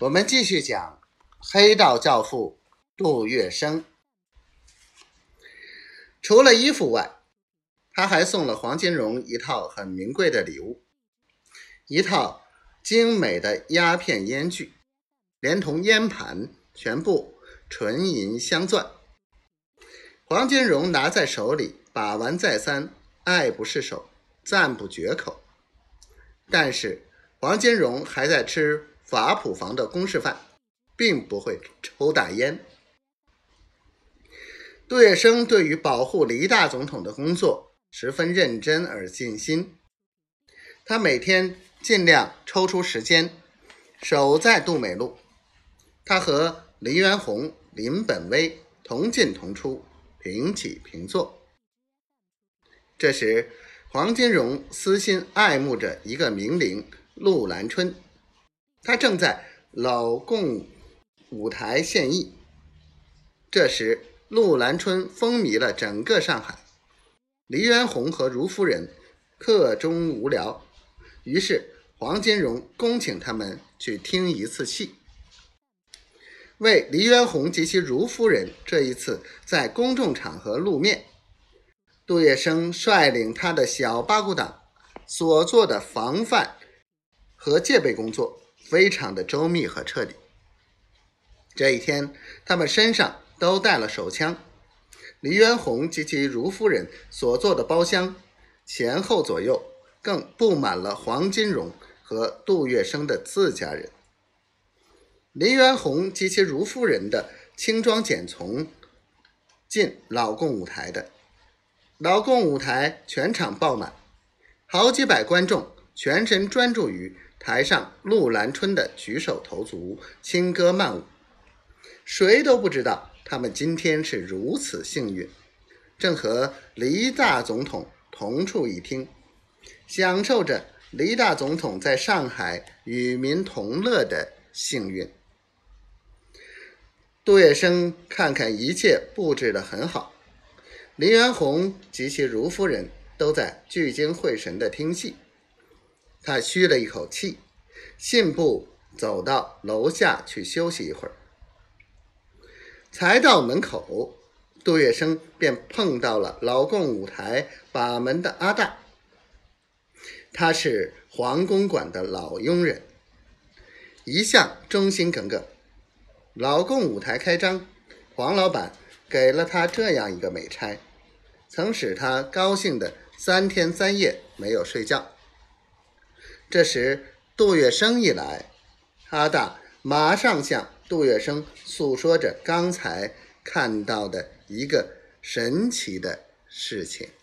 我们继续讲黑道教父杜月笙。除了衣服外，他还送了黄金荣一套很名贵的礼物，一套精美的鸦片烟具，连同烟盘全部纯银镶钻。黄金荣拿在手里把玩再三，爱不释手，赞不绝口。但是黄金荣还在吃法普房的公事饭，并不会抽大烟。杜月笙对于保护黎大总统的工作十分认真而尽心，他每天尽量抽出时间守在杜美路，他和黎元洪、林本威同进同出，平起平坐。这时黄金荣私心爱慕着一个名伶陆兰春，他正在老共舞台献艺。这时陆兰春风靡了整个上海，黎元洪和如夫人客中无聊，于是黄金荣恭请他们去听一次戏。为黎元洪及其如夫人这一次在公众场合露面，杜月笙率领他的小八股党所做的防范和戒备工作非常的周密和彻底。这一天他们身上都带了手枪，黎元洪及其如夫人所做的包厢前后左右更布满了黄金荣和杜月笙的自家人。黎元洪及其如夫人的轻装简从进老共舞台的，老共舞台全场爆满，好几百观众全神专注于台上陆兰春的举手投足、轻歌曼舞。谁都不知道他们今天是如此幸运，正和黎大总统同处一厅，享受着黎大总统在上海与民同乐的幸运。杜月笙看看一切布置得很好，黎元洪及其如夫人都在聚精会神地听戏。他吁了一口气，信步走到楼下去休息一会儿。才到门口，杜月笙便碰到了老共舞台把门的阿大。他是黄公馆的老佣人，一向忠心耿耿。老共舞台开张，黄老板给了他这样一个美差，曾使他高兴的3天3夜没有睡觉。这时杜月笙一来，阿大马上向杜月笙诉说着刚才看到的一个神奇的事情。